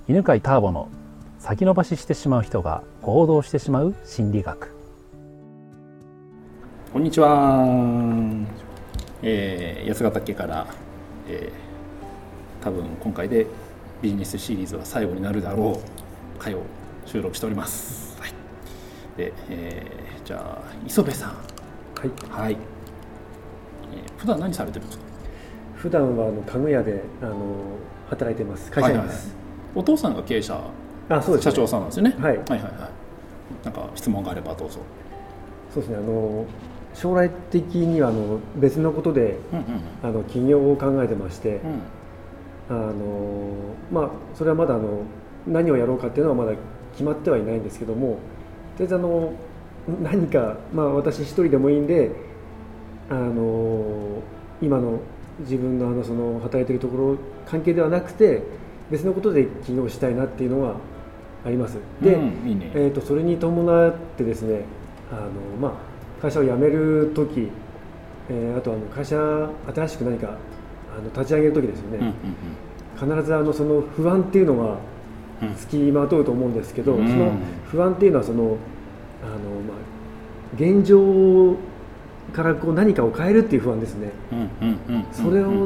犬飼ターボの先延ばししてしまう人が行動してしまう心理学。こんにちは。八ヶ岳から、多分今回でビジネスシリーズは最後になるであろう回を収録しております。はい、で、じゃあ磯部さん。はい。普段何されてるんですか？ 普段は家具屋で働いてます。会社員です。 お父さんが経営者、 そうですね、 社長さんなんですよね。 はい。 なんか質問があればどうぞ。そうですね。 将来的には別のことで、起業を考えてまして、それはまだ何をやろうかっていうのはまだ決まってはいないんですけども、とりあえず何か、私一人でもいいんで、今の自分のその働いているところ関係ではなくて別のことで起業したいなっていうのはあります。で、 いいね。 それに伴ってですね、会社を辞めるとき、あと会社新しく何か立ち上げるときですよね、必ずその不安っていうのは付きまとうと思うんですけど、その不安っていうのは現状から何かを変えるっていう不安ですね。それを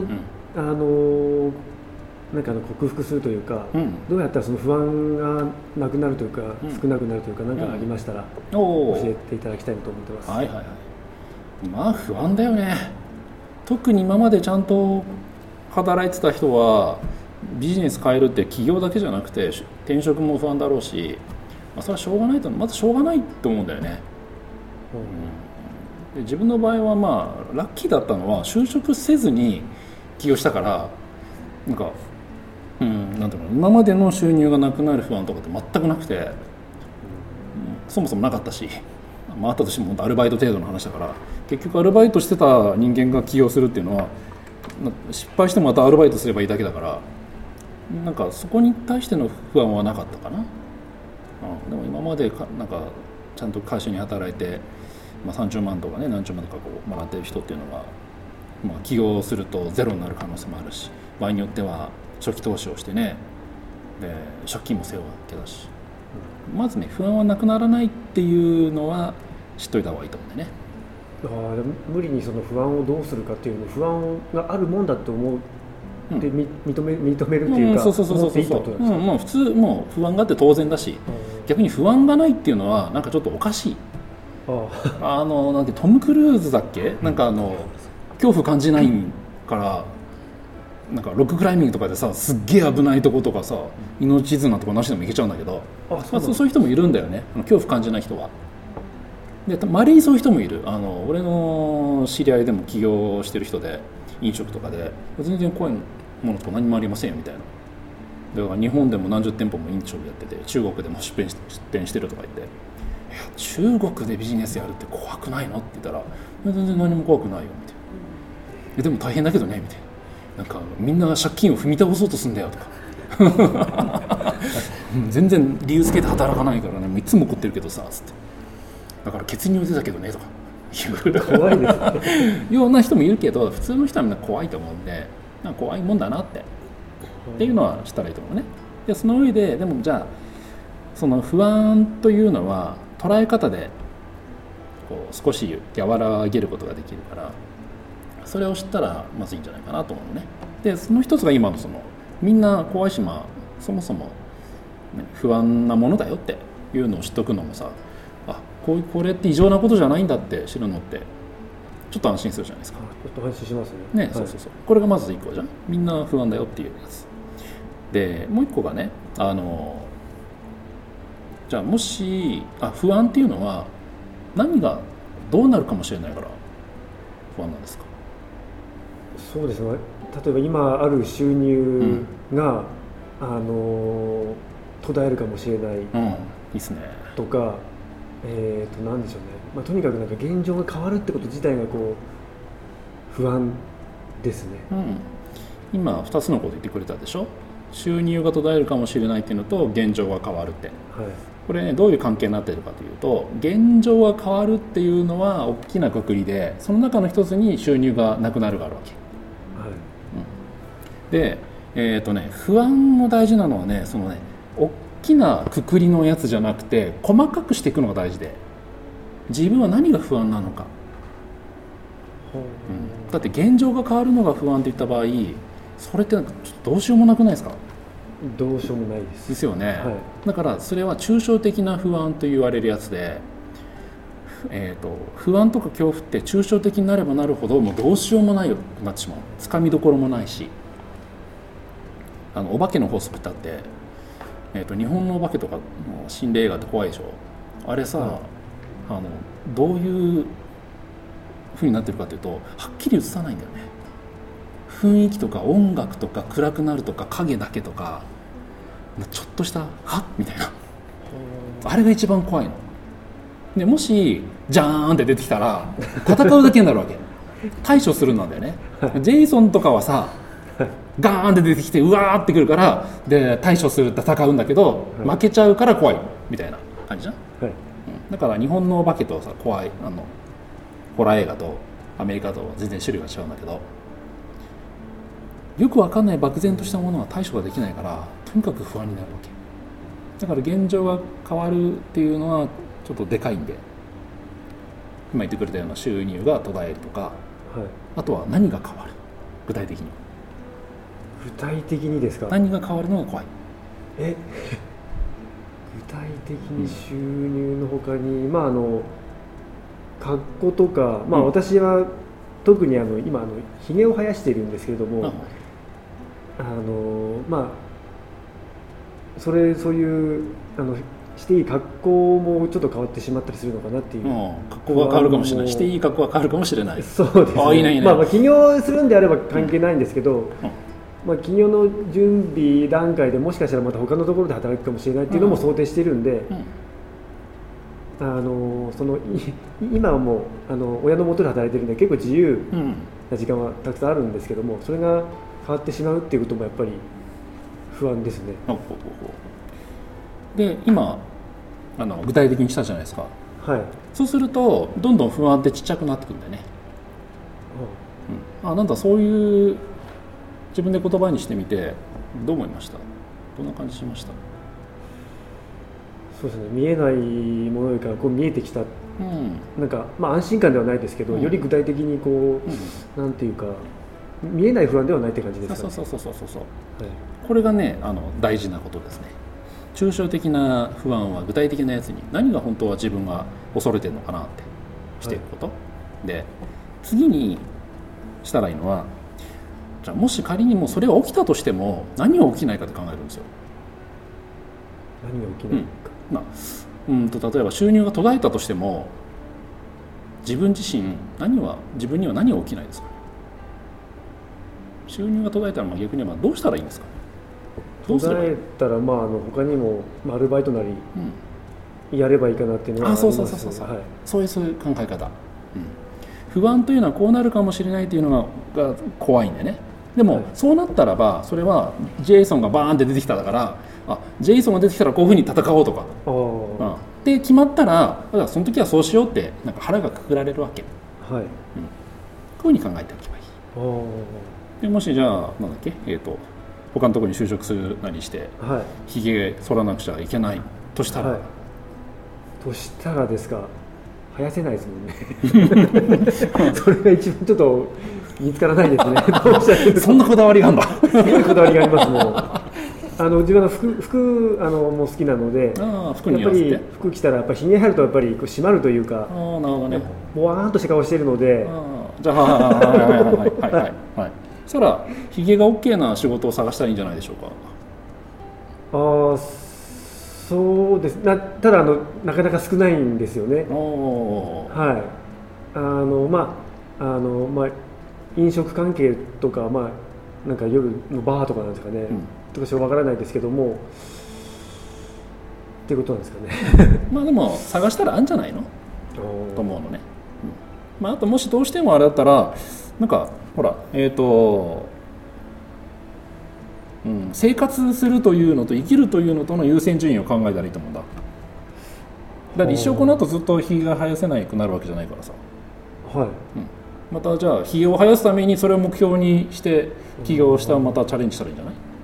克服するというか、どうやったらその不安がなくなるというか、少なくなるというか、何かありましたら教えていただきたいなと思ってます。 不安だよね。特に今までちゃんと働いてた人はビジネス変えるって企業だけじゃなくて転職も不安だろうし、それはしょうがないと思うんだよね。で自分の場合はラッキーだったのは就職せずに起業したからなんていうの、今までの収入がなくなる不安とかって全くなくて、そもそもなかったし、あったとしてもアルバイト程度の話だから、結局アルバイトしてた人間が起業するっていうのは失敗してもまたアルバイトすればいいだけだから、そこに対しての不安はなかったかな。でも今までちゃんと会社に働いて、30万とかね、何十万とかもらってる人っていうのは、起業するとゼロになる可能性もあるし、場合によっては初期投資をしてね、で借金も背負うわけだし、まずね、不安はなくならないっていうのは知っといた方がいいと思うんだよね。 無理にその不安をどうするかっていうの、不安があるもんだと思うで、認めるっていうか、思っていいってことなんですか？ 普通もう不安があって当然だし、逆に不安がないっていうのはちょっとおかしい。なんてトム・クルーズだっけ、恐怖感じないからロッククライミングとかでさ、すっげえ危ないとことかさ、命綱とかなしでも行けちゃうんだけど、そういう人もいるんだよね、恐怖感じない人は。で稀にそういう人もいる。俺の知り合いでも起業してる人で、飲食とかで全然怖いものとか何もありませんよみたいな。だから日本でも何十店舗も飲食やってて、中国でも出店してるとか言って、中国でビジネスやるって怖くないのって言ったら、全然何も怖くないよみたいな。でも大変だけどねみたいな。みんな借金を踏み倒そうとすんだよとか全然理由つけて働かないからね、もういつも怒ってるけどさつって、だから血尿出たけどねとか怖いですねような人もいるけど、普通の人はみんな怖いと思うんで、怖いもんだなっていうのはしたらいいと思うね。でその上で、でもじゃあその不安というのは捉え方で少し和らげることができるから、それを知ったらまずいいんじゃないかなと思うのね。でその一つが今のみんな怖いし、そもそも、不安なものだよっていうのを知っとくのもさ、これって異常なことじゃないんだって知るのってちょっと安心するじゃないですか。 ちょっと安心しますね。 そうこれがまず1個じゃん。みんな不安だよっていうやつで、もう1個がね、じゃあもし不安っていうのは何がどうなるかもしれないから不安なんですか？ そうですね。例えば今ある収入が、途絶えるかもしれない、 いいですね。 とか、なんでしょうね。とにかく現状が変わるってこと自体が不安ですね。 今2つのこと言ってくれたでしょ。収入が途絶えるかもしれないっていうのと現状が変わるって、これね、どういう関係になっているかというと、現状が変わるっていうのは大きな括りで、その中の一つに収入がなくなるがあるわけ。で不安の大事なのはね、そのね、大きなくくりのやつじゃなくて細かくしていくのが大事で、自分は何が不安なのか、だって現状が変わるのが不安っていった場合、それってなんかちょっとどうしようもなくないですか？ どうしようもないです。 ですよね、 はい、 だからそれは抽象的な不安と言われるやつで、不安とか恐怖って抽象的になればなるほどもうどうしようもないようになってしまう、つかみどころもないし、お化けの法則ってあって、日本のお化けとかの心霊映画って怖いでしょ。あれさ、どういう風になってるかというと、はっきり映さないんだよね。雰囲気とか音楽とか暗くなるとか影だけとか、ちょっとしたはっみたいな、あれが一番怖いので、もしジャーンって出てきたら戦うだけになるわけ対処するなんだよね。ジェイソンとかはさ、ガーンって出てきてうわーってくるからで対処するって戦うんだけど、負けちゃうから怖いみたいな感じじゃん、だから日本のお化けとさ、怖いホラー映画とアメリカとは全然種類が違うんだけど、よくわかんない漠然としたものは対処ができないから、とにかく不安になるわけだから、現状が変わるっていうのはちょっとでかいんで、今言ってくれたような収入が途絶えるとか、あとは何が変わる、具体的に具体的にですか？ 何が変わるのが怖い。 具体的に収入のほかに、格好とか、私は特に今ひげを生やしているんですけれども、そういうしていい格好もちょっと変わってしまったりするのかなっていう、 格好が変わるかもしれない、していい格好が変わるかもしれない。 そうですね。 いいねいいね。 起業するんであれば関係ないんですけど、起業の準備段階でもしかしたらまた他のところで働くかもしれないっていうのも想定しているんで、今はもう親の元で働いてるんで結構自由な時間はたくさんあるんですけども、それが変わってしまうっていうこともやっぱり不安ですね。 で今具体的にしたじゃないですか。そうするとどんどん不安ってちっちゃくなってくるんだよね。なんだ、そういう自分で言葉にしてみてどう思いました？どんな感じしました？ そうですね、見えないものよりかこう見えてきた、なんか安心感ではないですけど、より具体的にこう、なんていうか見えない不安ではないって感じですかね。そう、 これがね大事なことですね。抽象的な不安は具体的なやつに何が本当は自分が恐れてるのかなってしていくこと、で次にしたらいいのは、じゃあもし仮にもそれが起きたとしても何が起きないかって考えるんですよ。 何が起きないか、 例えば収入が途絶えたとしても自分自身自分には何が起きないですか？収入が途絶えたら逆にはどうしたらいいんですか？ 途絶えたら他にもアルバイトなりやればいいかなっていうのはありますね。 そういう考え方、不安というのはこうなるかもしれないというのが怖いんでね。でも、そうなったらばそれはジェイソンがバーンって出てきただから、ジェイソンが出てきたらこういうふうに戦おうとか、で決まったらその時はそうしようってなんか腹がくくられるわけ、こういうふうに考えておけばいい。でもしじゃあなんだっけ、他のところに就職するなりしてひげ剃らなくちゃいけないとしたら、 ですか、生やせないですもんねそれが一番ちょっと見つからないですねそんなこだわりがあるんだすごいこだわりがありますもん。自分は服も好きなので、やっぱり服着たらやっぱりひげ生えるとやっぱりこう締まるというか、ボワーンとした顔しているので、 じゃあそしたらひげが OK な仕事を探したらいいんじゃないでしょうか。 そうです。ただなかなか少ないんですよね。飲食関係とか、なんか夜のバーとかなんですかね、とかわからないですけどもっていうことなんですかねでも探したらあるんじゃないのと思うのね。あともしどうしてもあれだったらなんかほら生活するというのと生きるというのとの優先順位を考えたらいいと思うんだ。だって一生この後ずっとひげが生やせなくなるわけじゃないからさ。またじゃあひげを生やすためにそれを目標にして起業したらまたチャレンジしたらいいんじゃない？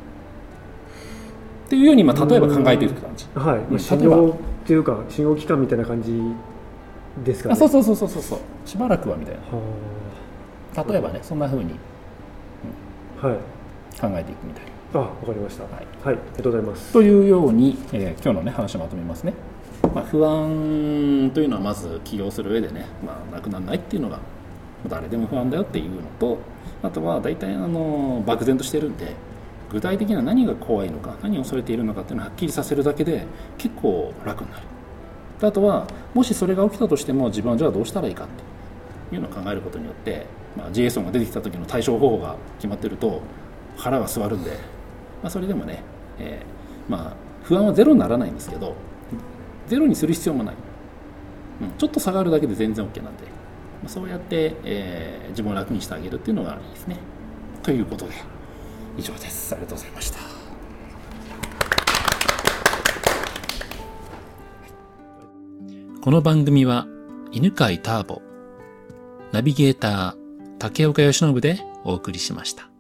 っていうように、例えば考えていく感じ。 はい、信号っていうか信号期間みたいな感じですかね。 そうしばらくはみたいな。例えばね、そんな風に、 はい、 考えていくみたいな。 わかりました。はい、ありがとうございます。 というように、今日のね話をまとめますね。不安というのはまず起業する上でね、なくならないっていうのが誰でも不安だよっていうのと、あとは大体漠然としてるんで、具体的な何が怖いのか、何を恐れているのかっていうのをはっきりさせるだけで結構楽になる。あとはもしそれが起きたとしても自分はじゃあどうしたらいいかっていうのを考えることによって、JSON が出てきた時の対処方法が決まってると腹が据わるんで、それでもね、不安はゼロにならないんですけど、ゼロにする必要もない、ちょっと下がるだけで全然 OK なんで、そうやって、自分を楽にしてあげるっていうのがいいですね。ということで以上です。ありがとうございました。この番組は犬飼ターボ、ナビゲーター竹岡由伸でお送りしました。